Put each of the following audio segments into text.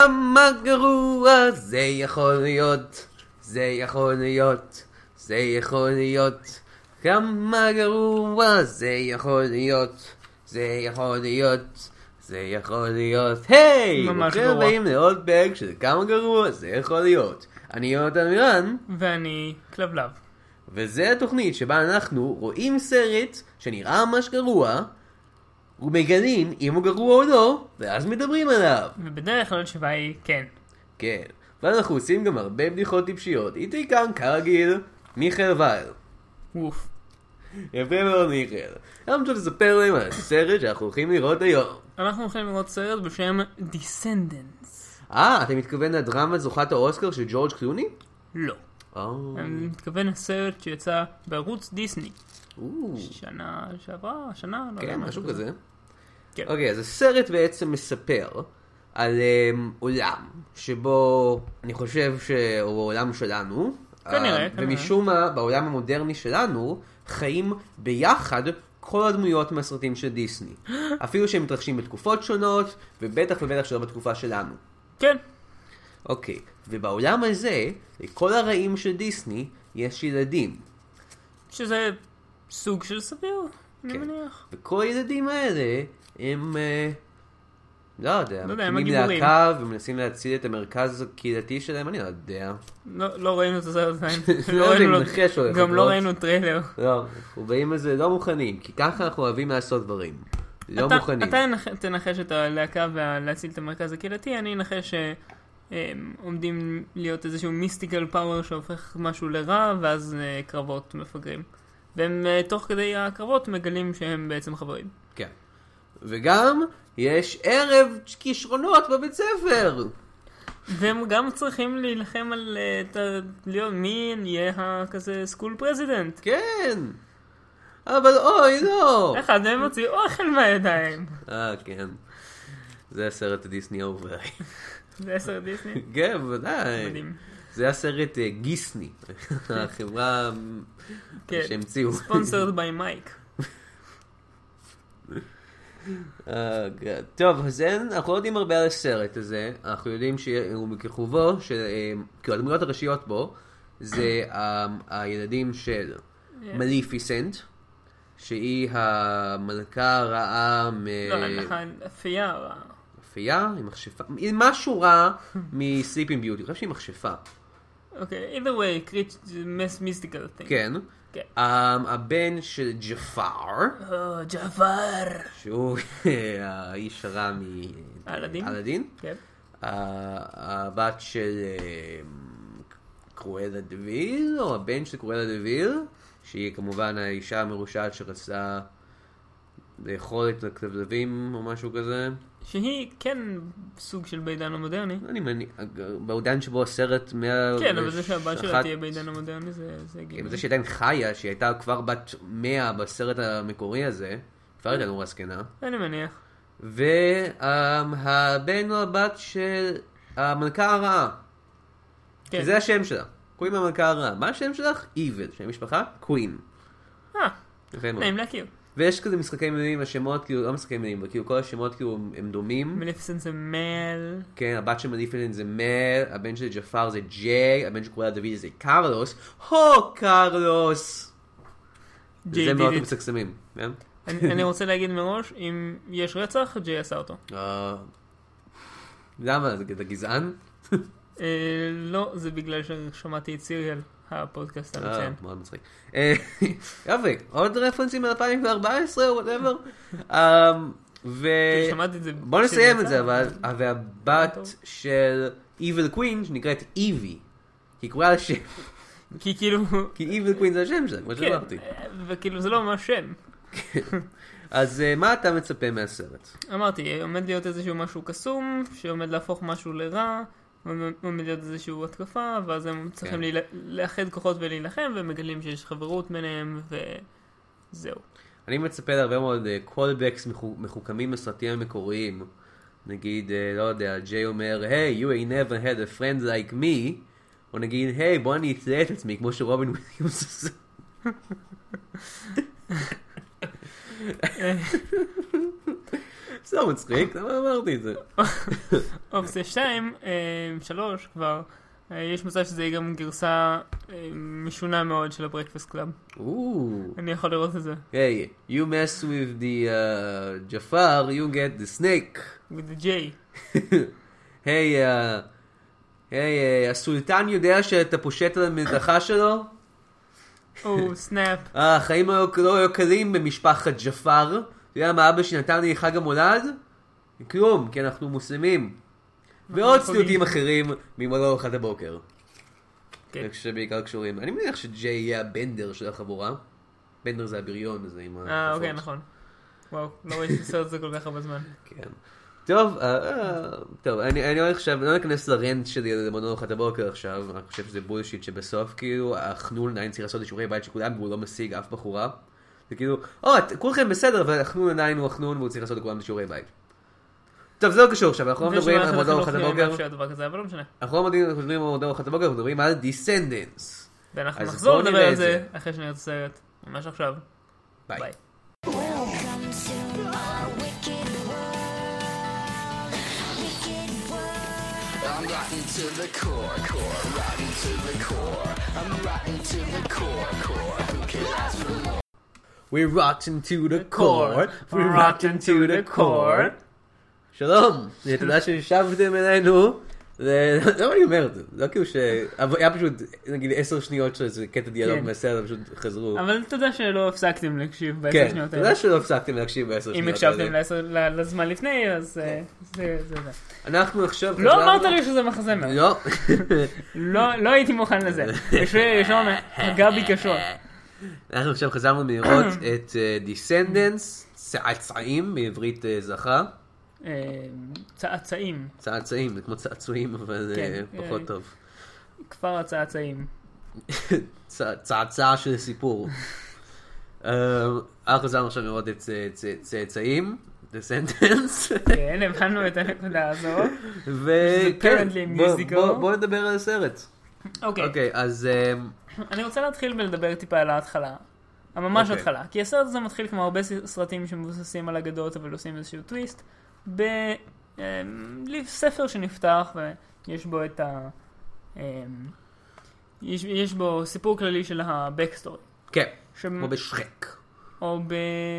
כמה גרוע זה יכול להיות, זה יכול להיות, זה יכול להיות. כמה גרוע זה יכול להיות, זה יכול להיות, זה יכול להיות. היי! ממש ברוכים גרוע. הבאים לעוד פרק של כמה גרוע זה יכול להיות. אני יונתן מירן, ואני כלבלב. וזה התוכנית שבה אנחנו רואים סרט שנראה ממש גרוע, ומגלים אם הוא גרוע או לא, ואז מדברים עליו. ובדרך כלל התשובה היא כן. כן, ואנחנו עושים גם הרבה בדיחות טיפשיות. איתי כאן, כרגיל, מיכאל וייל. ווף. יפה מאוד מיכאל. היום צריך לספר להם על הסרט שאנחנו הולכים לראות היום. אנחנו הולכים לראות סרט בשם Descendants. אתה מתכוון לדרמה זוכת האוסקר של ג'ורג' קלוני? לא. אני מתכוון לסרט שיצא בערוץ דיסני. שנה שעברה, שנה? לא כן, יודע, משהו כזה. כן. אוקיי, אז הסרט בעצם מספר על עולם שבו אני חושב שהוא העולם שלנו. כנראה. ומשום מה בעולם המודרני שלנו חיים ביחד כל הדמויות מהסרטים של דיסני. אפילו שהם מתרחשים בתקופות שונות, ובטח שלא בתקופה שלנו. כן. אוקיי, ובעולם הזה, לכל הרעים של דיסני יש ילדים. שזה סוג של סביר, אני מניח. וכל הילדים האלה הם, לא יודע, הם מקימים הגיבורים. להקה ומנסים להציל את המרכז הקהילתי שלהם, אני לא יודע. לא ראינו את הסרט עדיין. לא יודע אם נחש או גם לפחות. לא ראינו טריילר. לא, אנחנו באים לזה לא מוכנים, כי ככה אנחנו אוהבים לעשות דברים. לא מוכנים. אתה תנחש את הלהקה ולהציל את המרכז הקהילתי, אני אנחש שעומדים להיות איזשהו מיסטיקל פאוור שהופך משהו לרע, ואז קרבות מפגרים. והם תוך כדי הקרבות מגלים שהם בעצם חברים. כן. וגם יש ערב כישרונות בבית ספר. והם גם צריכים להילחם על להיות מי יהיה כזה סקול פרזידנט. כן. אבל אוי, לא. אחד מהם מוציא אוכל מהידיים. כן. זה הסרט הדיסני האהוב עליי. זה סרט דיסני? כן, בוודאי. מדהים. זה הסרט גיסני. החברה שהמציאו. ספונסרד ביי מייק. טוב, אז אנחנו לא יודעים הרבה על הסרט הזה. אנחנו יודעים שהוא מכיכובו של, כאילו הדמויות הראשיות בו זה הילדים של מליפיסנט, שהיא המלכה הרעה לא, אפייה רעה. אפייה? היא מכשפה? היא משהו רע מסליפינג ביוטי. אני חושב שהיא מכשפה. אוקיי, either way, mystical thing. כן. כן. הבן של ג'פר, ג'פר. שהוא האיש הרע מאלאדין. כן. הבת של קרואלה דוויל, או הבן של קרואלה דוויל, שהיא כמובן האישה המרושעת שרצה לאכול את הכלבלבים או משהו כזה. שהיא כן סוג של בעידן המודרני. אני מניח, בעידן שבו הסרט כן, אבל זה שהבת שלה תהיה בעידן המודרני זה הגיוני. זה שהיא עדיין חיה, שהיא הייתה כבר בת 100 בסרט המקורי הזה, כבר הייתה נורא זקנה. אני מניח. והבן או הבת של המלכה הרעה. כן. זה השם שלה. קוראים המלכה הרעה. מה השם שלך? Evil. שם משפחה? קווין. נעים להכיר. ויש כזה משחקי מילים, השמות כאילו, לא משחקי מילים, כאילו כל השמות כאילו הם דומים. מליפיסנט זה מל. כן, הבת של מליפיסנט זה מל, הבן של ג'פר זה ג'יי, הבן של קרואלה דוד זה קרלוס. קרלוס! זה מאוד מסקסמים, כן? אני רוצה להגיד מראש, אם יש רצח, ג'יי עשה אותו. למה? זה גזען? לא, זה בגלל ששמעתי את סיריאל, הפודקאסט המצוין. מאוד מצחיק. יופי, עוד רפרנסים מ-2014 או whatever. בוא נסיים את זה, אבל והבת של Evil Queen שנקראת איבי, כי קוראה לשם. כי כאילו... כי Evil Queen זה השם שלה, כמו שאמרתי. וכאילו זה לא ממש שם. אז מה אתה מצפה מהסרט? אמרתי, עומד להיות איזשהו משהו קסום, שעומד להפוך משהו לרע, עומד להיות איזשהו התקפה, ואז הם צריכים לאחד כוחות ולהילחם, ומגלים שיש חברות ביניהם, וזהו. אני מצפה להרבה מאוד קולבקס מחוכמים מסרטים המקוריים. נגיד, לא יודע, ג'יי אומר, hey, you ain't never had a friend like me, או נגיד, hey, בוא אני אצלה את עצמי, כמו שרובין וויליאמס עושה. זה לא מצחיק, למה אמרתי את זה? אופציה 2, 3 כבר, יש מצב שזה יהיה גם גרסה משונה מאוד של הברקפסט קלאב. אני יכול לראות את זה. Hey, you mess with the Jafar, you get the snake. with the J. היי, הסולטן יודע שאתה פושט על המדרכה שלו? סנאפ. החיים לא היו קלים במשפחת ג'פר. אתה יודע מה אבא שנתן לי חג המולד? כלום, כי אנחנו מוסלמים. ועוד ציטוטים אחרים ממולו ארוחת הבוקר. שבעיקר קשורים. אני מניח שג'יי יהיה הבנדר של החבורה. בנדר זה הבריון הזה עם החפות. אוקיי, נכון. וואו, לא ראיתי לסרט את זה כל כך הרבה זמן. כן. טוב, אני הולך עכשיו, לא נכנס לרנט שלי למולו ארוחת הבוקר עכשיו. אני חושב שזה בולשיט שבסוף, כאילו, החנון עדיין צריך לעשות אישורי בית שכולם, והוא לא משיג אף בחורה. זה כאילו, כולכם בסדר, אבל החנון עדיין הוא החנון, והוא צריך לעשות לכולם אישורי בית. טוב, זה לא קשור עכשיו, אנחנו לא מדברים על מולו ארוחת הבוקר. אנחנו לא מדברים על מולו ארוחת הבוקר, אנחנו מדברים על דיסנדנס. ואנחנו נחזור לדבר על זה אחרי שנראה את הסרט. ממש עכשיו. ביי. I'm rotten to the core, rotten to the core. I'm rotten to the core. Who can ask for more? We're rotten to the core. We're rotten to the core. שלום, תודה ששבתם אלינו. לא אני אומר את זה, לא כאילו היה פשוט נגיד 10 שניות של איזה קטע דיאלוג מהסרט, פשוט חזרו. אבל תודה שלא הפסקתם להקשיב ב10 שניות האלה. כן, תודה שלא הפסקתם להקשיב ב10 שניות האלה. אם הקשבתם לזמן לפני, אז זה. אנחנו עכשיו... לא אמרת לי שזה מחזמר. לא. לא הייתי מוכן לזה. יש לנו גבי קשות. אנחנו עכשיו חזרנו לראות את דיסנדנס, צאצאים בעברית זכה. צאצאים. צאצאים, זה כמו צעצועים, אבל פחות טוב. כפר הצאצאים. צעצע של סיפור. אנחנו חזרנו עכשיו לראות את צאצאים, דיסנדנס. כן, הבנו את הנקודה הזו. וכן, בואו נדבר על הסרט. אוקיי, אז... אני רוצה להתחיל ולדבר טיפה על ההתחלה. ממש התחלה. כי הסרט הזה מתחיל כמו הרבה סרטים שמבוססים על אגדות, אבל עושים איזשהו טוויסט. בספר שנפתח, ויש בו את ה... יש בו סיפור כללי של ה-backstory. כן, כמו בשרק. או ב...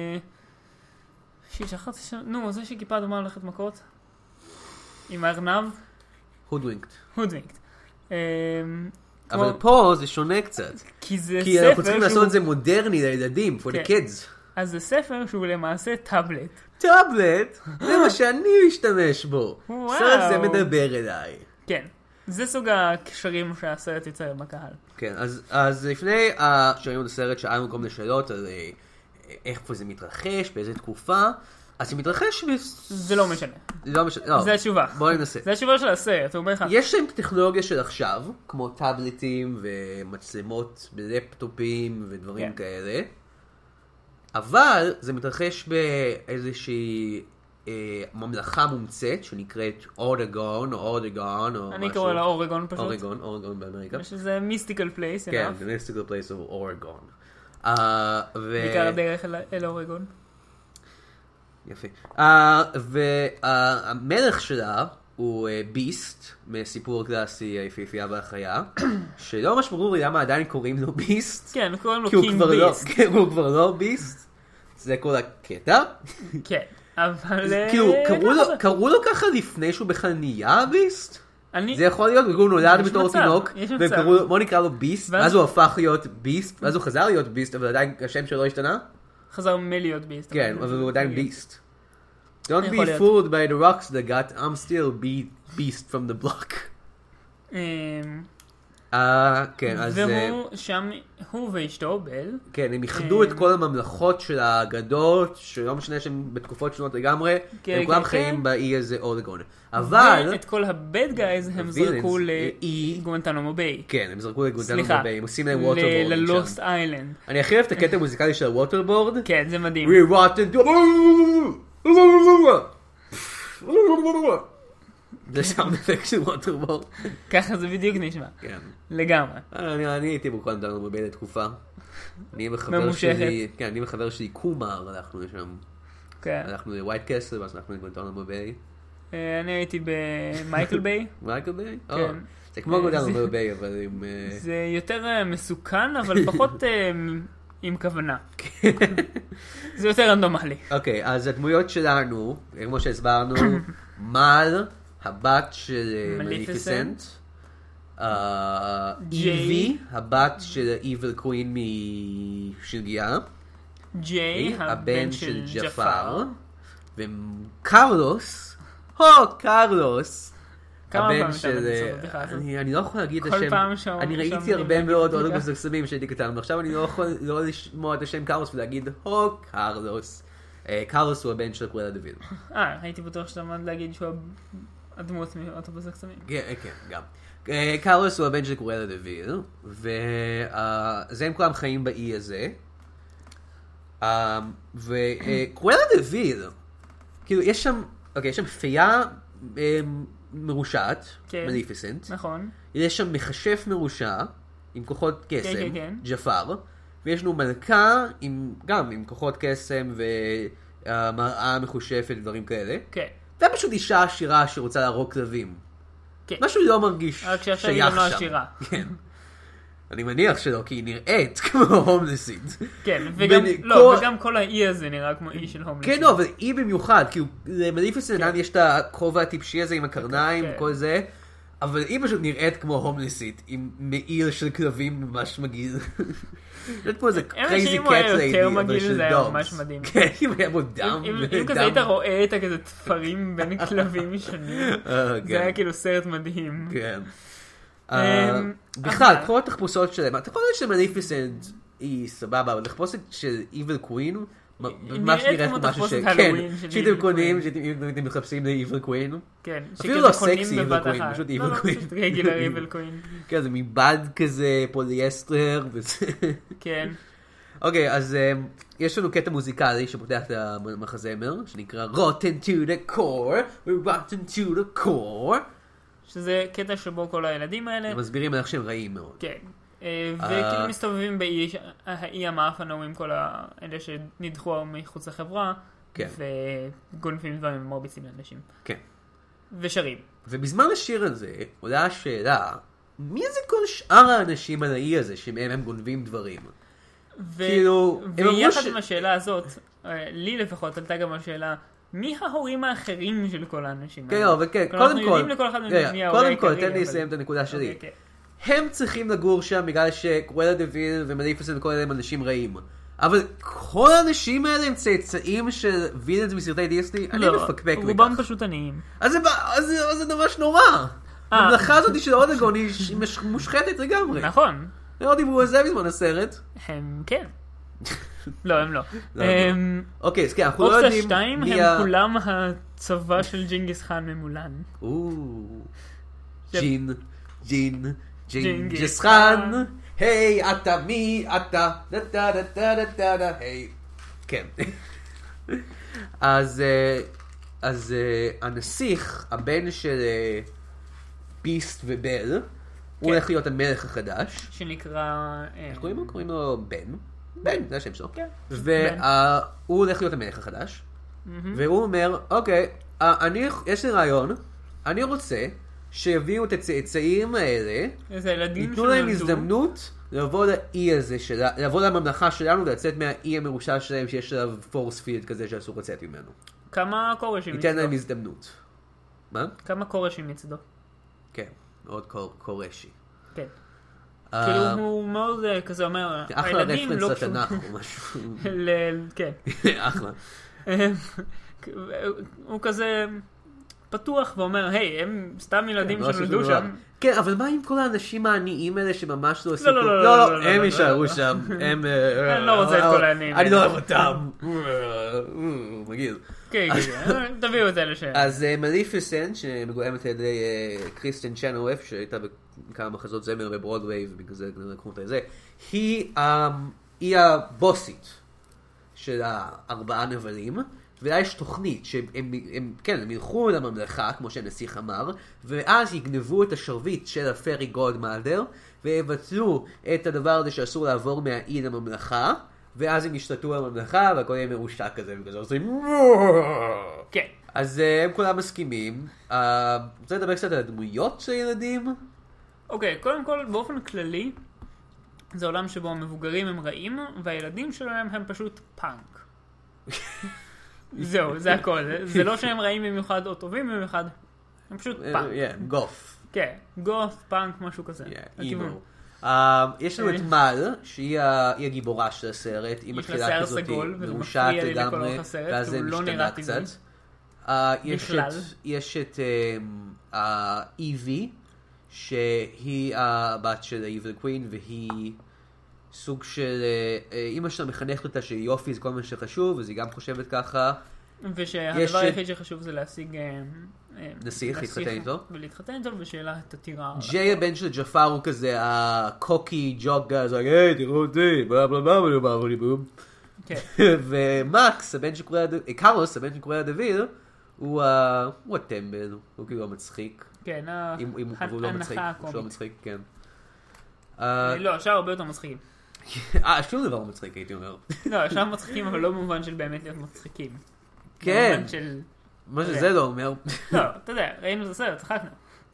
נו, זה שכיפה דומה הולכת מכות? עם הארנב? הודווינקט. אבל פה זה שונה קצת. כי אנחנו צריכים לעשות את זה מודרני לילדים, for the kids. אז זה ספר שהוא למעשה טאבלט. טאבלט? זה מה שאני משתמש בו. סרט זה מדבר אליי. כן. זה סוג הקשרים שהסרט יוצר עם הקהל. כן, אז לפני שראינו את הסרט שאלנו כל מיני שאלות על איפה זה מתרחש, באיזה תקופה, אז זה מתרחש זה לא משנה. זה התשובה. בואי ננסה. זה התשובה של הסרט, הוא אומר לך. יש להם טכנולוגיה של עכשיו, כמו טאבלטים ומצלמות בלפטופים ודברים כאלה, אבל זה מתרחש באיזושהי ממלכה מומצאת שנקראת אורגון או אורגון או משהו. אני קורא לה אורגון פשוט. אורגון באמריקה. יש איזה מיסטיקל פלייס. כן, the mystical place of אורגון. בעיקר הדרך אל אורגון. יפה. והמלך שלה הוא ביסט, מסיפור קלאסי היפיפייה והחיה, שלא ממש ברור למה עדיין קוראים לו ביסט. כן, קוראים לו קינג ביסט. כן, הוא כבר לא ביסט. זה כל הקטע. כן, אבל... כאילו, קראו לו ככה לפני שהוא בכלל נהיה ביסט? זה יכול להיות, הוא נולד בתור תינוק, בוא נקרא לו ביסט, ואז הוא הפך להיות ביסט, ואז הוא חזר להיות ביסט, אבל עדיין השם שלו השתנה? חזר מלהיות ביסט. כן, אבל הוא עדיין ביסט. Don't be fooled by the rocks that got, I'm still beast from the block. כן, אז... והוא שם, הוא ואשתו, בל. כן, הם איחדו את כל הממלכות של האגדות, שלא משנה שהם בתקופות שונות לגמרי, הם כולם חיים באי הזה אורגון. אבל... ואת כל הבד גייז הם זרקו לגואנטנמו ביי. כן, הם זרקו לגואנטנמו ביי, הם עושים להם ווטרבורד. ללוסט איילנד. אני הכי אוהב את הקטע המוזיקלי של הווטרבורד. כן, זה מדהים. We rotten to... זה סאונד אפקט של ווטרבורד. ככה זה בדיוק נשמע. כן. לגמרי. אני הייתי בגואנטנמו ביי לתקופה. ממושכת. כן, אני וחבר שלי קומר הלכנו לשם. כן. הלכנו לווייט קסל, ואז אנחנו לגואנטנמו ביי. אני הייתי במייקל ביי. מייקל ביי? כן. זה כמו גואנטנמו ביי, אבל עם... זה יותר מסוכן, אבל פחות עם כוונה. זה יותר רנדומלי. אוקיי, אז הדמויות שלנו, כמו שהסברנו, מל, הבת של מליפיסנט, איבי, הבת של איבל קווין משלגיה, ג'יי, הבן של ג'פר, וקרלוס, קרלוס, כמה הבן פעמים של... אתה בבדיחה הזאת? אני לא יכול להגיד את כל השם, פעם שם- אני ראיתי שם הרבה אני מאוד בדיחה. אוטובוס הקסמים שהייתי קטן, ועכשיו אני לא יכול לא לשמוע את השם קרלוס ולהגיד קרלוס. קרלוס הוא הבן של קרואלה דוויל. הייתי בטוח שאתה עמד להגיד שהוא הדמות מאוטובוס הקסמים. כן, גם. קרלוס הוא הבן של קרואלה דוויל, וזה הם כולם חיים באי הזה. וקרואלה דוויל, כאילו יש שם פייה מרושעת, כן. מליפיסנט. נכון. יש שם מכשף מרושע, עם כוחות קסם, כן, כן. ג'פר, ויש לנו מלכה גם עם כוחות קסם ומראה מחושפת ודברים כאלה. כן. זה פשוט אישה עשירה שרוצה להרוג כלבים. כן. משהו לא מרגיש רק שעכשיו היא שייך לא שם. עשירה. כן. אני מניח שלא, כי היא נראית כמו הומלסית. כן, וגם כל האי הזה נראה כמו אי של הומלסים. כן, לא, אבל היא במיוחד, כאילו, למליפיסנט יש את הכובע הטיפשי הזה עם הקרניים כן. וכל זה, אבל היא פשוט נראית כמו הומלסית, עם מעיל של כלבים ממש מגעיל. נראית כמו איזה קרייזי אם הוא היה קאט ליידי, יותר אבל מגעיל של זה היה דוגס. ממש מדהים. כן, אם היה בו דם. אם כזה היית רואה את הכזה תפרים בין כלבים שונים, זה היה כאילו סרט מדהים. כן. אבל- בכלל, כל התחפושות שלהם, אתה יכול לדעת שמליפיסנט היא סבבה, אבל התחפושת של איבל קווין, ממש נראית נראית כמו כמו משהו תחפושת כן, הלואוין של שהייתם Evil קונים, Queen. שהייתם מחפשים לאיבל קווין. כן, אפילו שכזה לא קונים סקסי בבת Evil Queen, אחת. פשוט לא, Evil לא, Queen. פשוט רגל איבל קווין. כן, זה מבד כזה פוליאסטר וזה. כן. אוקיי, אז יש לנו קטע מוזיקלי שפותח את המחזמר, שנקרא Rotten to the core, we're rotten to the core. שזה קטע שבו כל הילדים האלה, הם מסבירים איך שהם רעים מאוד. כן. וכאילו מסתובבים האי המאפן ההוא עם כל האלה שנדחו מחוץ לחברה, כן. וגונבים דברים ומרביצים לאנשים. כן. ושרים. ובזמן השיר הזה עולה השאלה, מי זה כל שאר האנשים על האי הזה שמהם הם גונבים דברים? כאילו, הם אמרו ויחד עם השאלה הזאת, לי לפחות עלתה גם השאלה, מי ההורים האחרים של כל האנשים כן, האלה? אבל כן, כלומר, קודם אנחנו כל, יודעים לכל אחד מי ההורה קודם כל, העיקרי, תן לי אבל- לסיים את הנקודה שלי. אוקיי, הם צריכים לגור שם בגלל שקרואלה דוויל ומליפיסנט וכל אלה הם אנשים רעים. אבל כל האנשים האלה הם צאצאים של וילאנס מסרטי דיסני, אני לא, מפקפק רובם לכך. פשוט עניים. אז זה ממש נורא. הממלכה הזאת של אודגון היא מושחתת לגמרי. נכון. לא דיברו על זה בזמן הסרט. הם כן. לא, הם לא. לא. אוקיי, אז כן, אנחנו לא אופציה יודעים 2 מי הם כולם הצבא של ג'ינגיס חאן ממולן. ג'ינג'ס חאן, היי, אתה מי, אתה, דה דה דה דה דה דה, היי. כן. אז הנסיך, הבן של ביסט ובל, הוא הולך להיות המלך החדש. שנקרא... איך קוראים לו? קוראים לו בן. בן, זה השם שלו. כן. והוא הולך להיות המלך החדש. והוא אומר, אוקיי, יש לי רעיון, אני רוצה שיביאו את הצאצאים האלה, איזה ילדים ייתנו להם שנולדו. הזדמנות לבוא לאי הזה, לבוא לממלכה שלנו ולצאת מהאי המרושע שלהם שיש עליו פורס פילד כזה שאסור לצאת ממנו. כמה קורשים ייתן להם מצדו? הזדמנות. מה? כמה קורשים מצדו? כן, מאוד קורשי. כן. כאילו הוא מאוד כזה אומר, אחלה הילדים רפרנס לא לתנ"ך או משהו. כן. אחלה. הוא כזה פתוח ואומר, היי, הם סתם ילדים לא שנולדו עשו שום שם. דבר. כן, אבל מה עם כל האנשים העניים האלה שממש לא עשו... לא, לא, לא, לא, הם לא, יישארו לא. שם. הם... אני לא רוצה את כל העניים אני לא האלה. אוהב אותם. מגעיל. כן, כן, תביאו את זה לשם. אז מליפיסנט, שמגולמת על ידי קריסטן צ'נואף, שהייתה בכמה מחזות זמר בברודוויי, ובגלל זה לקחו את זה, היא הבוסית של הארבעה נבלים, ולה יש תוכנית שהם ילכו לממלכה, כמו שהנסיך אמר, ואז יגנבו את השרביט של הפרי גולדמלדר, ויבטלו את הדבר הזה שאסור לעבור מהאי לממלכה, ואז הם השתתו על הממלכה, והכל יהיה מרושע כזה, וכזה עושים... כן. אז הם כולם מסכימים. רוצה לדבר קצת על הדמויות של ילדים? אוקיי, קודם כל, באופן כללי, זה עולם שבו המבוגרים הם רעים, והילדים שלהם הם פשוט פאנק. זהו, זה הכל. זה לא שהם רעים במיוחד או טובים במיוחד, הם פשוט פאנק. גוף. כן, גוף, פאנק, משהו כזה. הכיוון. יש לנו את מל, שהיא הגיבורה של הסרט, היא מתחילה כזאת מרושעת לגמרי, ואז זה משתנה קצת. יש את איבי, שהיא הבת של האיבל קווין, והיא סוג של... אמא שלה מחנכת אותה שיופי זה כל מה שחשוב, אז היא גם חושבת ככה. ושהדבר היחיד שחשוב זה להשיג נסיך, להתחתן איתו. ולהתחתן איתו, ושאלה את הטירה. ג'יי הבן של ג'פר הוא כזה הקוקי ג'וק גז, היי תראו אותי, בלה בלה בלה בלה בלה בלה בלה. ומקס, הבן שקורא, קארוס, הבן שקורא הדביר, הוא הטמבל, הוא כאילו המצחיק. כן, הוא לא מצחיק, הוא לא מצחיק, כן. לא, השאר הרבה יותר מצחיקים. שום דבר מצחיק הייתי אומר. לא, השאר מצחיקים אבל לא במובן של באמת להיות מצחיקים. כן. במובן של... מה שזה לא אומר. לא, אתה יודע, ראינו את הסרט, צחקנו.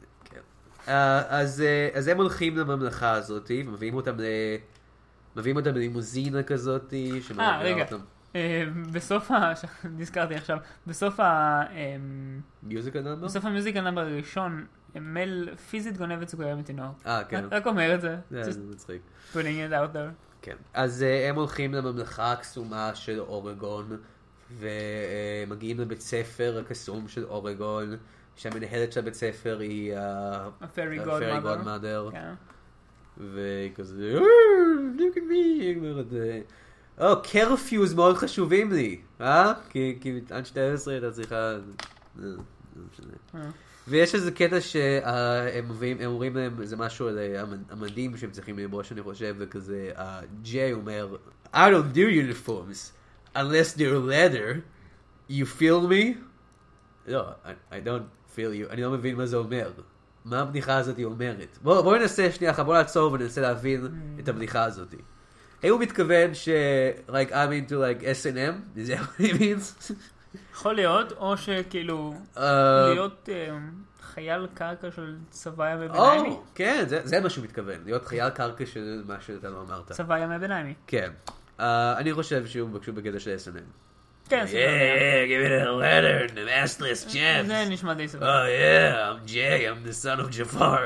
אז הם הולכים לממלכה הזאת, ומביאים אותם ללימוזינה כזאת. רגע. בסוף נזכרתי עכשיו, בסוף מיוזיקל נאמבר? בסוף המיוזיקל נאמבר הראשון, מל פיזית גונבת סוכריה מתינוק. כן. רק אומר את זה. זה מצחיק. putting it out there. כן. אז הם הולכים לממלכה הקסומה של אורגון, ומגיעים לבית ספר הקסום של אורגון, שהמנהלת של הבית ספר היא ה-Fairy Godmother. כן. וכזה, look at me, קרפיוז מאוד חשובים לי, כי עד 12 אתה צריכה, ויש איזה קטע שהם אומרים להם איזה משהו על המדים שהם צריכים ללבוש, אני חושב, וכזה, ג'יי אומר, I don't do uniforms unless they're leather, you feel me? לא, I don't feel you, אני לא מבין מה זה אומר. מה הבדיחה הזאת אומרת? בואו ננסה שנייה, בואו נעצור וננסה להבין את הבדיחה הזאת. האם הוא מתכוון like I'm into like S&M? is that what it means? יכול להיות, או שכאילו להיות חייל קרקע של צבא ימי ביניים. כן, זה מה שהוא מתכוון, להיות חייל קרקע של מה שאתה לא אמרת. צבא ימי ביניים. כן. אני חושב שהוא בגדר של S&M. כן, yeah, give it a letter, the maskless champ. זה נשמע די סבבה. Oh yeah, I'm Jay, I'm the son of Jafar.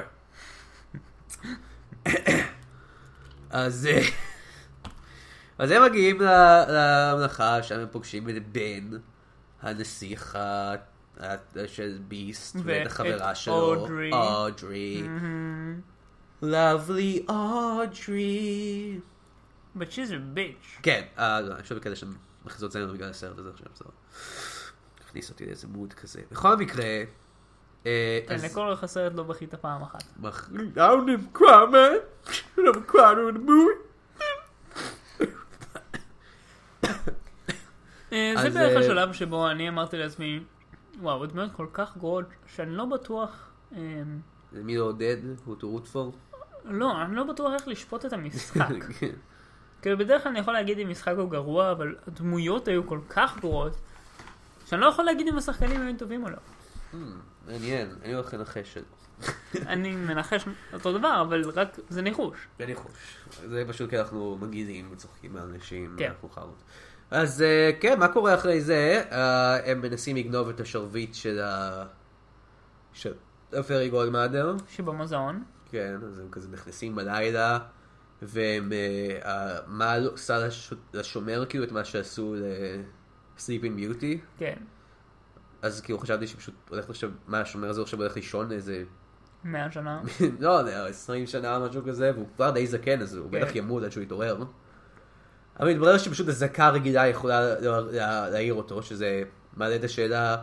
אז הם מגיעים לממלכה, שם הם פוגשים את בן, הנסיך של ביסט, ואת החברה שלו, אודרי. Lovely Audrey. But she's a bitch. כן, אני חושב בקטע שהם מחזות ציינו בגלל הסרט הזה עכשיו, בסדר. הכניס אותי לאיזה מוד כזה. בכל מקרה... כן, לכל אורך הסרט לא בכית פעם אחת. I don't cry, man. I don't cry in the movie. זה בערך השלב שבו אני אמרתי לעצמי, וואו, הדמויות כל כך גרועות, שאני לא בטוח... מי לא עודד? הוא תורות פור? לא, אני לא בטוח איך לשפוט את המשחק. כאילו בדרך כלל אני יכול להגיד אם משחק הוא גרוע, אבל הדמויות היו כל כך גרועות, שאני לא יכול להגיד אם השחקנים היו טובים או לא. מעניין, אני הולך לנחש את זה. אני מנחש אותו דבר, אבל רק זה ניחוש. זה ניחוש. זה פשוט כי אנחנו מגידים וצוחקים מאנשים, אנחנו חרות. אז כן, מה קורה אחרי זה? הם מנסים לגנוב את השרביט של הפרי גולדמאדר. שבמוזיאון. כן, אז הם כזה נכנסים בלילה, והם מעל עושה לשומר כאילו את מה שעשו ל-Sleeping Beauty. כן. אז כאילו חשבתי שפשוט הולך עכשיו, מה השומר הזה עכשיו הולך לישון איזה... 100 שנה. לא, 20 שנה, משהו כזה, והוא כבר די זקן, אז הוא בטח ימות עד שהוא יתעורר. אבל מתברר שפשוט הזקה רגילה יכולה להעיר אותו, שזה מעלה את השאלה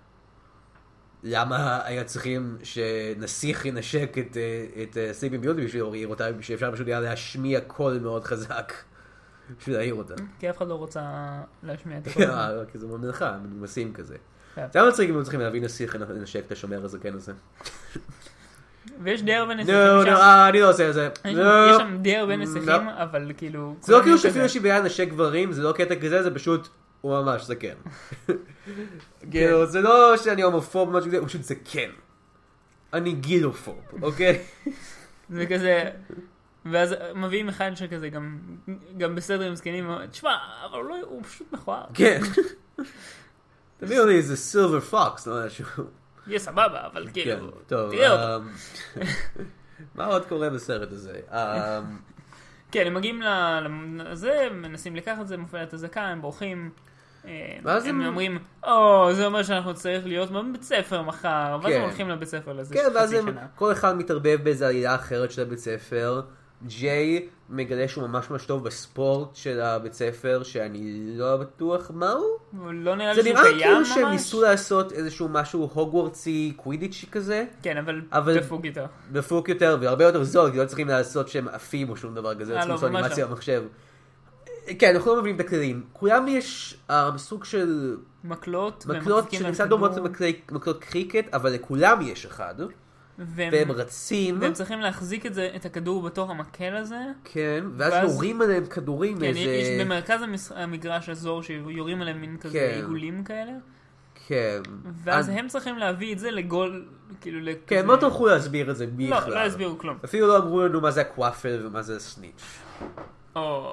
למה היה צריכים שנסיך ינשק את Sleeping Beauty בשביל להעיר אותה, שאפשר פשוט היה להשמיע קול מאוד חזק בשביל להעיר אותה. כי אף אחד לא רוצה להשמיע את הקול. כי זה ממלכה, מנומסים כזה. זה היה מצחיק אם הם צריכים להביא נסיך לנשק את השומר הזקן הזה. ויש די הרבה נסיכים לא, שם. לא, אני לא עושה את זה. יש לא. שם די הרבה נסיכים, אבל כאילו... זה לא כולם כאילו כזה. שאפילו שבעיה נשק גברים, זה לא קטע כזה, זה פשוט, הוא ממש, זה כן. כאילו, זה לא שאני הומופוב, משהו כזה, פשוט זה כן. אני גילופוב, אוקיי? זה כזה... ואז מביאים אחד שכזה גם בסדר עם זקנים, תשמע, אבל הוא פשוט מכוער. כן. תביאו לי איזה סילבר פוקס, לא משהו. יהיה סבבה, אבל כן, כאילו... טוב. תראה אותו. מה עוד קורה בסרט הזה? כן, הם מגיעים לזה, מנסים לקחת את זה, מופעלת הזקה, הם בורחים. ואז הם הם- אומרים, זה אומר שאנחנו צריך להיות בבית ספר מחר, ואז כן. הם הולכים לבית ספר לזה כן, ואז חצי הם, שנה. כל אחד מתערבב באיזו עלילה אחרת של הבית ספר. ג'יי מגלה שהוא ממש ממש טוב בספורט של הבית ספר, שאני לא בטוח מהו. הוא לא נראה זה לי נראה שהוא קיים כאילו ממש. שהם ניסו לעשות איזשהו משהו הוגוורטסי קווידיצ'י כזה. כן, אבל אבל- דפוק יותר. דפוק יותר והרבה יותר זול, כי לא צריכים לעשות שהם עפים או שום דבר כזה, צריכים לא, לעשות ממש אנימציה לא. במחשב. כן, אנחנו לא מבינים את הכללים. כולם יש סוג של מקלות, מקלות שנמצא דומות למקלות קריקט, אבל לכולם יש אחד, והם רצים, והם צריכים להחזיק את הכדור בתוך המקל הזה. כן, ואז ואז- יורים עליהם כדורים כן, יש מאיזה... במרכז המגרש אזור שיורים עליהם מין כזה כן. עיגולים כאלה. כן. ואז אז- הם צריכים להביא את זה לגול, כאילו לכזה... כן, לא טרחו להסביר את זה בכלל. לא, לא הסבירו כלום. אפילו לא אמרו לנו מה זה הקוואפל ומה זה הסניץ'. או...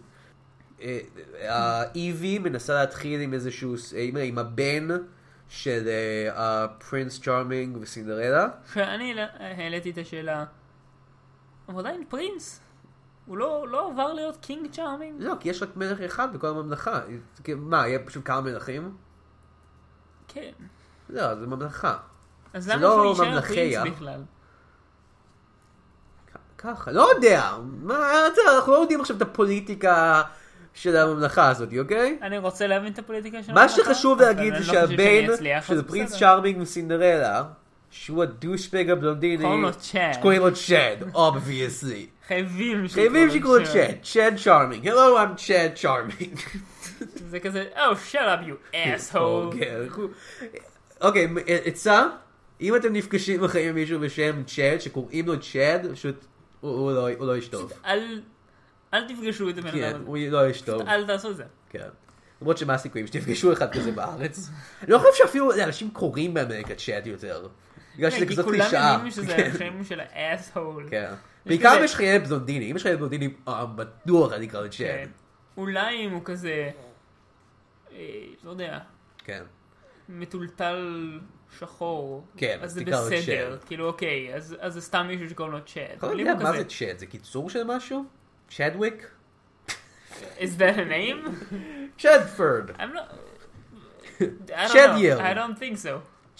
איבי מנסה להתחיל עם איזשהו, עם הבן של פרינס צ'ארמינג וסינדרלה. שאני העליתי את השאלה, אבל עדיין פרינס? הוא לא עבר להיות קינג צ'ארמינג? לא, כי יש רק מלך אחד בכל הממלכה. מה, יהיה פשוט כמה מלכים? כן. לא, זה ממלכה. אז זה למה לא שהוא יישאר ממלכיה. פרינס בכלל? ככה, לא יודע. אנחנו לא יודעים עכשיו את הפוליטיקה של הממלכה הזאת, אוקיי? אני רוצה להבין את הפוליטיקה של מה הממלכה, שחשוב אבל להגיד אני זה לא חושב שאני שהבן אצליח, של אז פרינס בסדר. צ'ארמינג וסינדרלה, שהוא הדושבג הבלונדיני, קוראים לו צ'אד. שקוראים לו צ'אד, obviously. חייבים חייבים שיקראו לו צ'אד, צ'אד צ'ארמינג. Hello, I'm צ'אד צ'ארמינג. זה כזה, oh, shut up, you asshole. אוקיי, עצה, אם אתם נפגשים בחיים עם מישהו בשם צ'אד, שקוראים לו צ'אד, פשוט הוא לא איש טוב. אל תפגשו את הבן כן, אדם הזה. הוא לא איש טוב. אל תעשו את זה. כן. למרות שמה הסיכויים שתפגשו אחד כזה בארץ. אני לא חושב שאפילו לאנשים קוראים באמריקה צ'אט יותר. בגלל שזה כי כזאת כולם קלישאה. יודעים שזה כן, השם של האס-הול. כן. בעיקר כזה- אם יש חיי בלונדיני. אם יש חיי בלונדיני, בטוח אני אקרא לצ'אט. כן. אולי אם הוא כזה, לא יודע, כן. מטולטל שחור. כן, אז אז זה תקרא לו בסדר. צ'אד. כאילו אוקיי, אז זה סתם מישהו שקוראים לו צ'אד. אתה אבל אם יודע הוא מה כזה, זה צ'אט? זה קיצור של משהו? צ'אדוויק? is that a name? צ'אדפורד. I'm not... I don't Chadiel. know. I don't think so.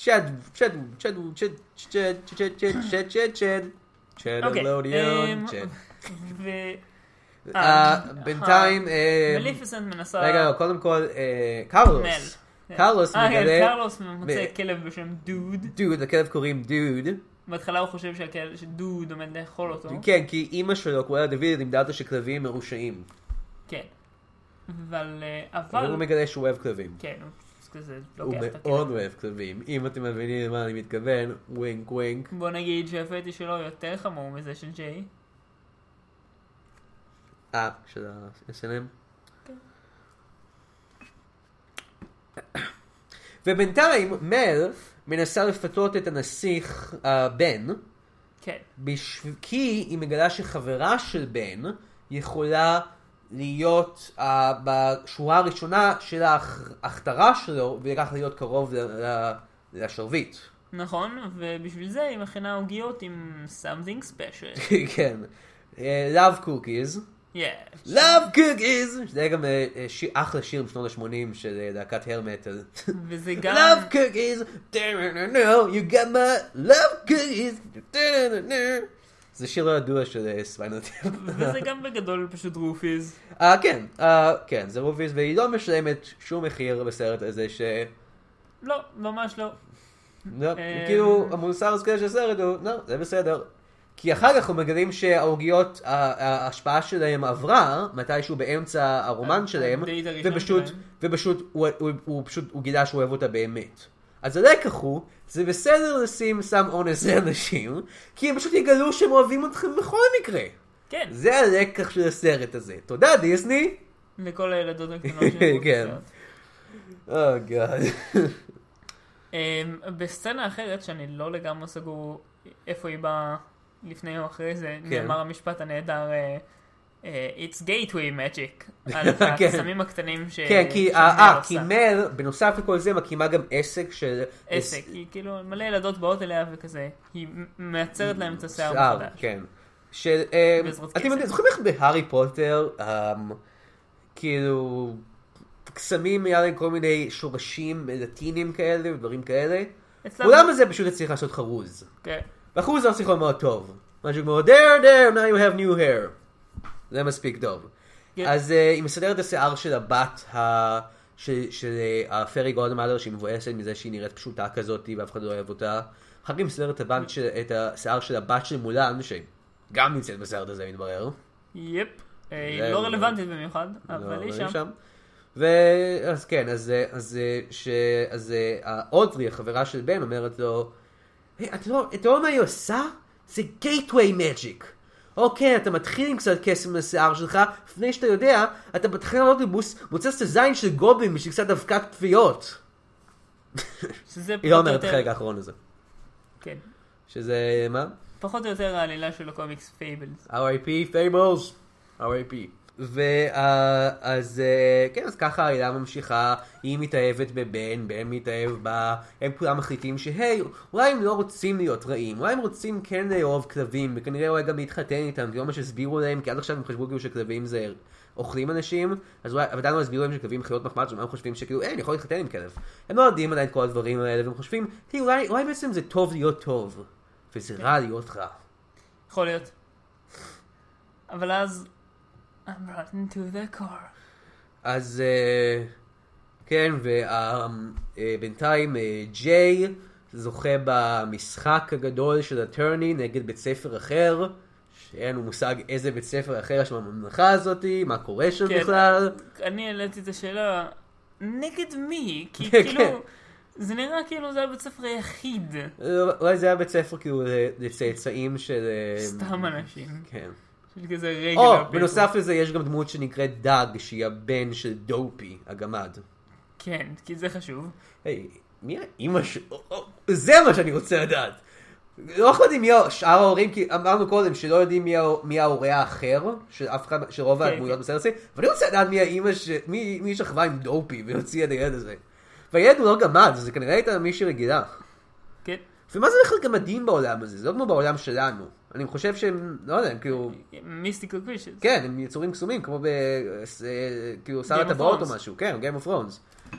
צ'אד אוקיי. אלודיון. ו... בינתיים... מליפיסנט מנסה... רגע, לא, קודם כל, קרלוס. קרלוס כן, מגלה... קרלוס מוצא כלב בשם דוד. דוד, לכלב קוראים דוד. בהתחלה הוא חושב שדוד עומד לאכול אותו. כן, כי אימא שלו, קוראה דוד, לימדה אותו שכלבים מרושעים. כן. אבל... אבל הוא מגלה שהוא אוהב כלבים. כן, הוא כזה הוא לוקח את מאוד הכלב. אוהב כלבים. אם אתם מבינים למה אני מתכוון, ווינק ווינק. בוא נגיד שהפטיש שלו יותר חמור מזה של ג'יי. של ה-SNM. כן. ובינתיים מל מנסה לפתות את הנסיך בן, כן. כי היא מגלה שחברה של בן יכולה להיות בשורה הראשונה של ההכתרה שלו ולקח להיות קרוב לשרביט. נכון, ובשביל זה היא מכינה עוגיות עם something special. כן. Love cookies. Yeah. Love cookies! שזה גם אחלה שיר משנות ה-80 של להקת הרמטל. וזה גם... Love cookies! You got my love cookies! זה שיר לא ידוע של ספיינוטר. וזה גם בגדול פשוט רופיז. כן, זה רופיז, והיא לא משלמת שום מחיר בסרט הזה לא, ממש לא. כאילו המוסר הזה של הסרט הוא, זה בסדר. כי אחר כך אנחנו מגלים שהעוגיות, ההשפעה שלהם עברה, מתישהו באמצע הרומן שלהם, הדייט הראשון שלהם. ופשוט הוא גילה שהוא אוהב אותה באמת. אז הלקח הוא, זה בסדר לשים סם אונס לאנשים, כי הם פשוט יגלו שהם אוהבים אתכם בכל מקרה. כן. זה הלקח של הסרט הזה. תודה דיסני. לכל הילדות הקטנות שהם כן. גאד. בסצנה אחרת, שאני לא לגמרי סגור איפה היא באה לפני או אחרי זה, נאמר המשפט הנהדר, It's gateway magic, על הקסמים הקטנים כן, כי מל, בנוסף לכל זה, מקימה גם עסק של... עסק, היא כאילו, מלא ילדות באות אליה וכזה, היא מייצרת להם את השיער מחדש. כן. אתם יודעים, זוכרים איך בהארי פוטר, כאילו, קסמים היה להם כל מיני שורשים לטינים כאלה ודברים כאלה? אולם הזה פשוט צריך לעשות חרוז. כן. והחרוז לא צריך להיות מאוד טוב. משהו כמו, there, now you have new hair. זה מספיק טוב. אז היא מסדרת את השיער של הבת, של הפרי גולדמאדר, שהיא מבואסת מזה שהיא נראית פשוטה כזאת, ואף אחד לא אוהב אותה. אחר כך היא מסדרת את השיער של הבת של מולן, שגם נמצאת בסרט הזה, מתברר. יפ. היא לא רלוונטית במיוחד, אבל היא שם. ואז כן, אז אודרי, החברה של בן, אומרת לו, אתה לא מה היא עושה? זה gateway magic. אוקיי, אתה מתחיל עם קצת קסם לשיער שלך, לפני שאתה יודע, אתה מתחיל לאוטובוס, מוצץ את הזין של גובלין בשביל קצת דווקת כפיות. היא לא אומרת החלק האחרון הזה. כן. שזה, מה? פחות או יותר העלילה של הקומיקס פייבלס. R.I.P. פייבלס. R.I.P. ואז כן, אז ככה העלילה ממשיכה, היא מתאהבת בבן, בן מתאהב בה, הם כולם מחליטים שהי, אולי הם לא רוצים להיות רעים, אולי הם רוצים כן לאהוב כלבים, וכנראה אולי גם להתחתן איתם, כי לא מה שהסבירו להם, כי עד עכשיו הם חשבו כאילו שכלבים זה אוכלים אנשים, אז אולי, עדיין לא הסבירו להם שכלבים חיות מחמד, והם חושבים שכאילו, אני יכול להתחתן עם כלב. הם לא יודעים עדיין כל הדברים האלה, והם חושבים, אולי בעצם זה טוב להיות טוב, וזה רע להיות רע. יכול להיות. אבל אז I'm running to the car. אז כן, ובינתיים ג'יי זוכה במשחק הגדול של הטרני נגד בית ספר אחר, שאין לו מושג איזה בית ספר אחר יש בממלכה הזאת, מה קורה שם בכלל. אני העליתי את השאלה, נגד מי? כי כאילו, זה נראה כאילו זה היה בית ספר היחיד. אולי זה היה בית ספר כאילו לצאצאים של... סתם אנשים. כן. בנוסף לזה יש גם דמות שנקראת דאג, שהיא הבן של דופי, הגמד. כן, כי זה חשוב. היי, מי האמא זה מה שאני רוצה לדעת. לא יודעים מי שאר ההורים, כי אמרנו קודם שלא יודעים מי ההורה האחר, של רוב הדמויות בסרט הזה, אבל אני רוצה לדעת מי האמא, מי שכבה עם דופי והוציאה את הילד הזה. והילד הוא לא גמד, זה כנראה הייתה מישהי רגילה. כן. ומה זה בכלל גמדים בעולם הזה? זה לא כמו בעולם שלנו. אני חושב שהם, לא יודע, הם כאילו... מיסטיקל קרישס. כן, הם יצורים קסומים, כמו כאילו שר הטבעות או משהו. כן, Game of Thrones.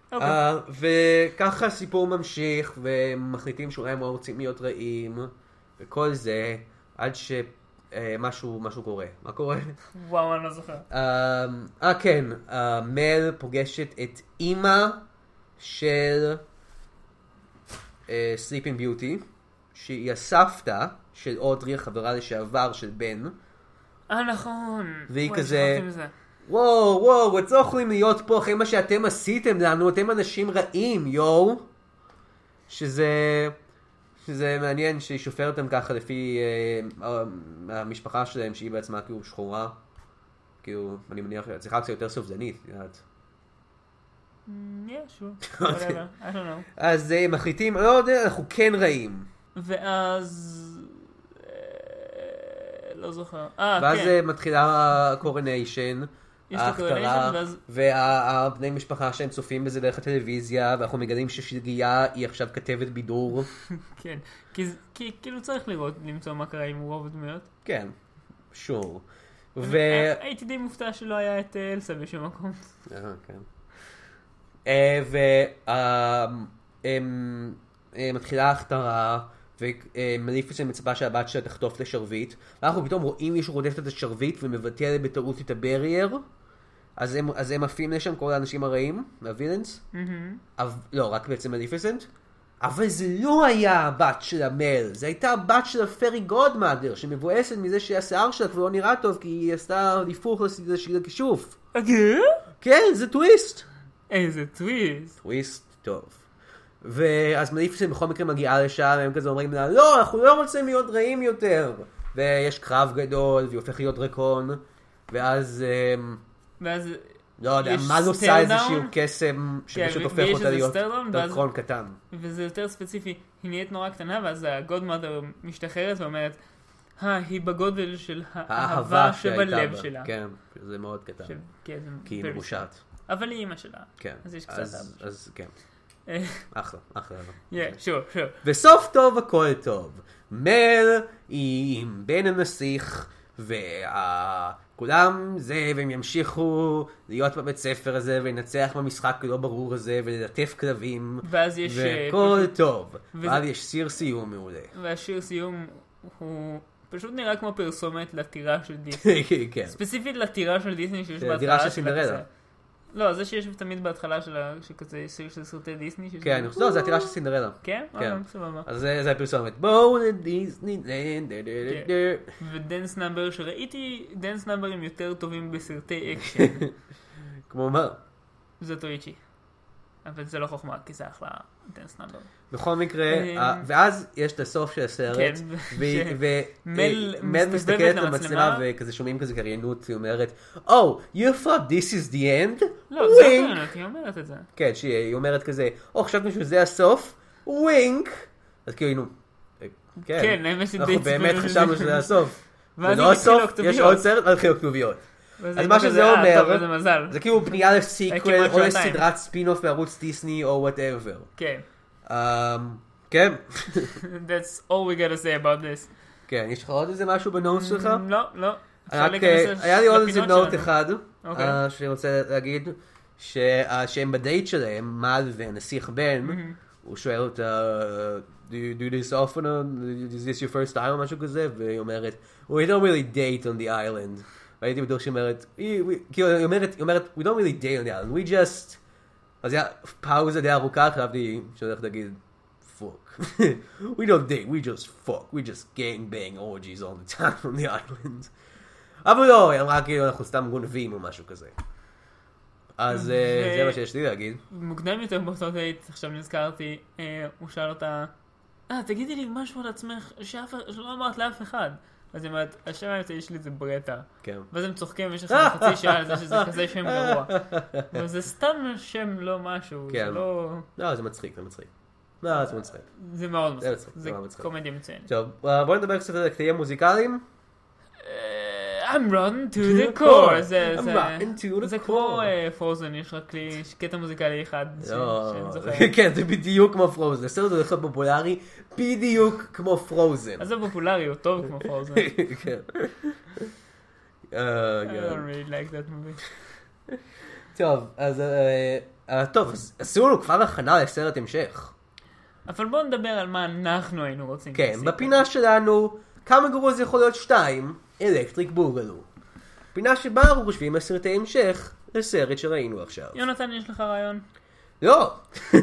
וככה הסיפור ממשיך, ומחליטים שאולי הם לא רוצים להיות רעים, וכל זה, עד שמשהו קורה. מה קורה? וואו, אני לא זוכר. כן, מל פוגשת את אמא של Sleeping Beauty, שהיא הסבתא של אודרי, החברה לשעבר של בן. נכון. והיא כזה, וואו, את לא יכולים להיות פה אחרי מה שאתם עשיתם לנו, אתם אנשים רעים, יואו. שזה מעניין שהיא שופרת אותם ככה לפי המשפחה שלהם, שהיא בעצמה כאילו שחורה. כאילו, אני מניח, צריכה קצת יותר סובלנית, יודעת. sure. whatever, I don't know. אז מחליטים, לא יודע, אנחנו כן רעים. ואז... לא זוכר. ואז מתחילה קורניישן, ההכתרה, והבני משפחה שהם צופים בזה דרך הטלוויזיה, ואנחנו מגלים ששלגיה היא עכשיו כתבת בידור. כן, כי כאילו צריך לראות, למצוא מה קרה עם רוב הדמויות. כן, שור. הייתי די מופתע שלא היה את אלסה בשום מקום. כן. ומתחילה ההכתרה, ומליפיסנט מצפה שהבת שלה תחטוף את השרביט, ואנחנו פתאום רואים מישהו רודף את השרביט ומבטל בטעות את הברייר, אז הם עפים לשם כל האנשים הרעים, הווילנס, לא, רק בעצם מליפיסנט, אבל זה לא היה הבת של המל, זה הייתה הבת של הפרי גודמאדר, שמבואסת מזה שהשיער שלה כבר לא נראה טוב, כי היא עשתה ליפוך לכישוף. אגב? כן, זה טוויסט. איזה טוויסט. טוויסט טוב. ואז מליפיסנט בכל מקרה מגיעה לשם, והם כזה אומרים לה, לא, אנחנו לא רוצים להיות רעים יותר. ויש קרב גדול, והיא הופך להיות דרקון, ואז לא יודע, מה לא עושה איזשהו קסם שפשוט הופך אותה להיות דרקון קטן. וזה יותר ספציפי, היא נהיית נורא קטנה, ואז הגודמאדר משתחררת ואומרת, היא בגודל של האהבה שבלב שלה. כן, זה מאוד קטן. כי היא מרושעת. אבל היא אמא שלה. כן. אז יש קצת אז כן. אחלה. sure. וסוף טוב הכל טוב. מל היא עם בן הנסיך, וכולם זה, והם ימשיכו להיות בבית ספר הזה, ולנצח במשחק לא ברור הזה, וללטף כלבים, ואז יש... וכל טוב. ואז יש שיר סיום מעולה. והשיר סיום הוא פשוט נראה כמו פרסומת לטירה של דיסני. כן. ספציפית לטירה של דיסני שיש בהתחלה. טירה של סינדרלה. לא, זה שיש תמיד בהתחלה שכזה סיר של סרטי דיסני. כן, אני חושב, זה הטירה של סינדרלה. כן? סבבה. אז זה הפרסומת. בואו לדיסני לנד. ודנס נאמבר, שראיתי דנס נאמברים יותר טובים בסרטי אקשן. כמו מה? זוטויצ'י. אבל זה לא חוכמה, כי זה אחלה דנס נאמבר. בכל מקרה, ואז יש את הסוף של הסרט, ומל מסתכלת למצלמה, וכזה שומעים כזה קריינות, היא אומרת, Oh, you thought this is the end? לא, זה קריינות, היא אומרת את זה. כן, היא אומרת כזה, חשבנו שזה הסוף? ווינק! אז כאילו, כן, אנחנו באמת חשבנו שזה הסוף. זה לא הסוף, יש עוד סרט, על חילוק כתוביות. אז מה שזה אומר, זה כאילו פנייה לסיקוול, או לסדרת ספין-אוף בערוץ דיסני, או whatever. כן. כן. That's all we gotta say about this. כן, יש לך עוד איזה משהו בנוט שלך? לא. היה לי עוד איזה נוט אחד, שאני רוצה להגיד, שהם בדייט שלהם, מל והנסיך בן, הוא שואל אותה, do you do this often? Is this your first time? או משהו כזה? והיא אומרת, we don't really date on the island. והייתי בטוח שהיא אומרת, כאילו היא אומרת, we don't really date on the island, we just... אז היה פאוזה די ארוכה, חייבתי שהולך להגיד, fuck. We don't date, we just fuck, we just gang bang orgies all the time on the island. אבל לא, היא אמרה כאילו אנחנו סתם גונבים או משהו כזה. אז זה מה שיש לי להגיד. מוקדם יותר באותו דייט, עכשיו נזכרתי, הוא שאל אותה, תגידי לי משהו על עצמך שלא אמרת לאף אחד. אז היא אומרת, השם האמצעי יש לי זה ברטה. כן. ואז הם צוחקים ויש לך חצי שעה על זה שזה כזה שם גרוע. וזה סתם שם לא משהו, זה לא... לא, זה מצחיק, זה מצחיק. לא, זה מצחיק. זה מאוד מצחיק, זה קומדיה מצוינת. טוב, בואו נדבר קצת על הקטעים מוזיקליים. I'm running to the core. זה כמו פרוזן, יש רק קטע מוזיקלי אחד שאני זוכר. כן, זה בדיוק כמו פרוזן. הסרט הולך להיות פופולרי בדיוק כמו פרוזן. אז זה פופולרי, הוא טוב כמו פרוזן. כן. I don't really like that movie. טוב, אז עשו לנו כבר הכנה לסרט המשך. אבל בואו נדבר על מה אנחנו היינו רוצים. כן, בפינה שלנו, כמה גרוע זה יכול להיות 2, אלקטריק בוגלו. פינה שבה אנחנו חושבים על סרטי המשך לסרט שראינו עכשיו. יונתן, יש לך רעיון? לא.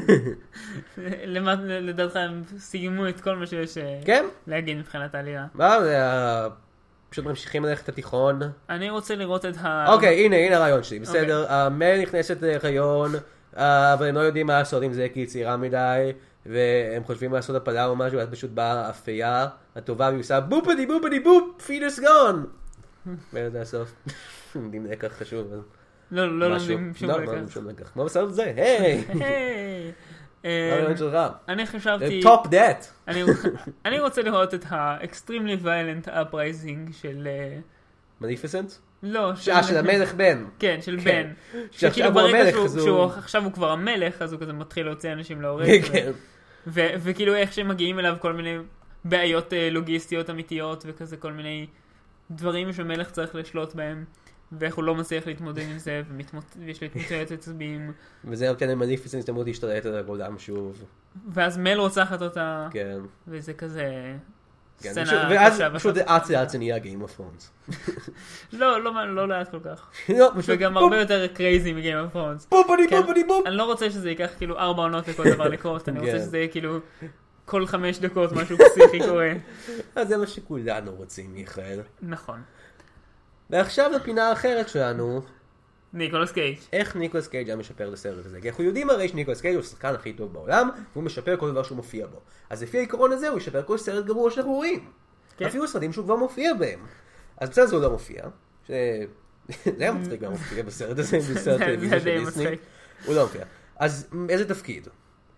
לדעתך הם סיימו את כל מה שיש להגיד מבחינת העלילה. מה, פשוט ממשיכים ללכת התיכון. אני רוצה לראות את אוקיי, הנה הרעיון שלי, בסדר. מל נכנסת להיריון, אבל הם לא יודעים מה לעשות עם זה כי היא צעירה מדי, והם חושבים לעשות הפלה או משהו, אז פשוט באה האפייה הטובה והיא עושה בופדי בופדי בופ, פיטוס גון. וזה הסוף. יודעים לקח חשוב. לא לומדים שום לקח. מה בסוף זה? היי! הרעיון שלך. אני חשבתי... Top that! אני רוצה לראות את ה-extremely violent uprising של... מליפיסנט? לא. של המלך בן. כן, של בן. שעכשיו הוא המלך, עכשיו הוא כבר המלך, אז הוא כזה מתחיל להוציא אנשים להורג. כן. וכאילו איך שהם מגיעים אליו כל מיני בעיות לוגיסטיות אמיתיות, וכזה כל מיני דברים שמלך צריך לשלוט בהם. ואיך הוא לא מצליח להתמודד עם זה, ויש לו התמודדת עצבים. וזה כן מליפיסנט שתמות להשתלט על הגולם שוב. ואז מל רוצחת אותה. כן. וזה כזה... ואז פשוט לאט נהיה Game of Thrones. לא לאט כל כך. וגם הרבה יותר קרייזי מ-Game of Thrones. בופדי בופדי בופ. אני לא רוצה שזה ייקח כאילו 4 עונות לכל דבר לקרות, אני רוצה שזה יהיה כאילו כל 5 דקות משהו פסיכי קורה. אז זה מה שכולנו רוצים, מיכאל. נכון. ועכשיו לפינה האחרת שלנו, ניקולס קייג'. איך ניקולס קייג' היה משפר את הסרט הזה? כי אנחנו יודעים הרי שניקולס קייג' הוא השחקן הכי טוב בעולם, והוא משפר כל דבר שהוא מופיע בו. אז לפי העיקרון הזה הוא ישפר כל סרט גרוע שאנחנו רואים. אפילו סרטים שהוא כבר מופיע בהם. אז בסרט הזה הוא לא מופיע. זה היה מצחיק גם מופיע בסרט הזה, בסרט טלוויזיה של דיסני. הוא לא מופיע. אז איזה תפקיד?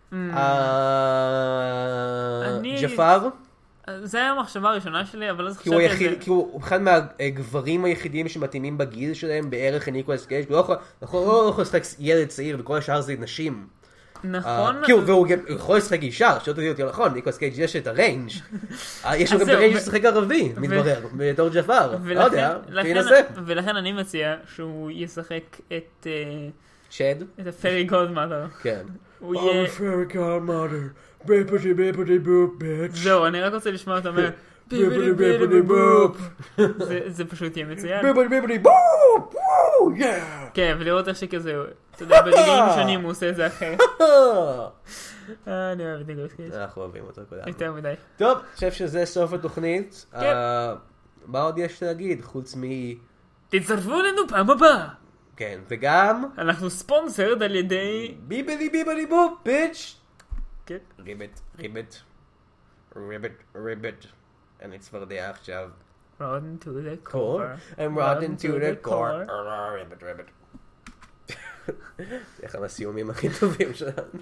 ג'פר? זה היה המחשבה הראשונה שלי, אבל אז חשבתי על זה. כי הוא אחד מהגברים היחידים שמתאימים בגיל שלהם בערך לניקולס קייג'. הוא לא יכול לשחק ילד צעיר וכל השאר זה נשים. נכון. והוא יכול לשחק אישה, שאתה יודעת נכון, ניקולס קייג' יש את הריינג'. יש לו גם את הריינג' לשחק ערבי, מתברר, בתור ג'פר. לא יודע, שינסה. ולכן אני מציע שהוא ישחק את... שד? את הפרי גודמאדר. כן. הוא יהיה... I'm a fairy godmother. ביפדי ביפדי בופ ביץ'. זהו, אני רק רוצה לשמוע אותה אומר ביפדי ביפדי בופ. זה פשוט יהיה מצוין. ביפדי ביפדי בופ! וואו! יא! כן, ולראות איך שכזה, אתה יודע, ברגעים שונים הוא עושה את זה אחרת. אני אוהב את ניקולס קייג'. אנחנו אוהבים אותו כולנו. יותר מדי. טוב, אני חושב שזה סוף התוכנית. מה עוד יש להגיד חוץ מ... תצטרפו אלינו פעם הבאה. כן, וגם... אנחנו ספונסרד על ידי... ביפדי ביפדי בופ ביץ'. כן. ריבט. אני צפרדע עכשיו. Rotten to the core. I'm rotten to the core. ריבט. זה אחד הסיומים הכי טובים שלנו.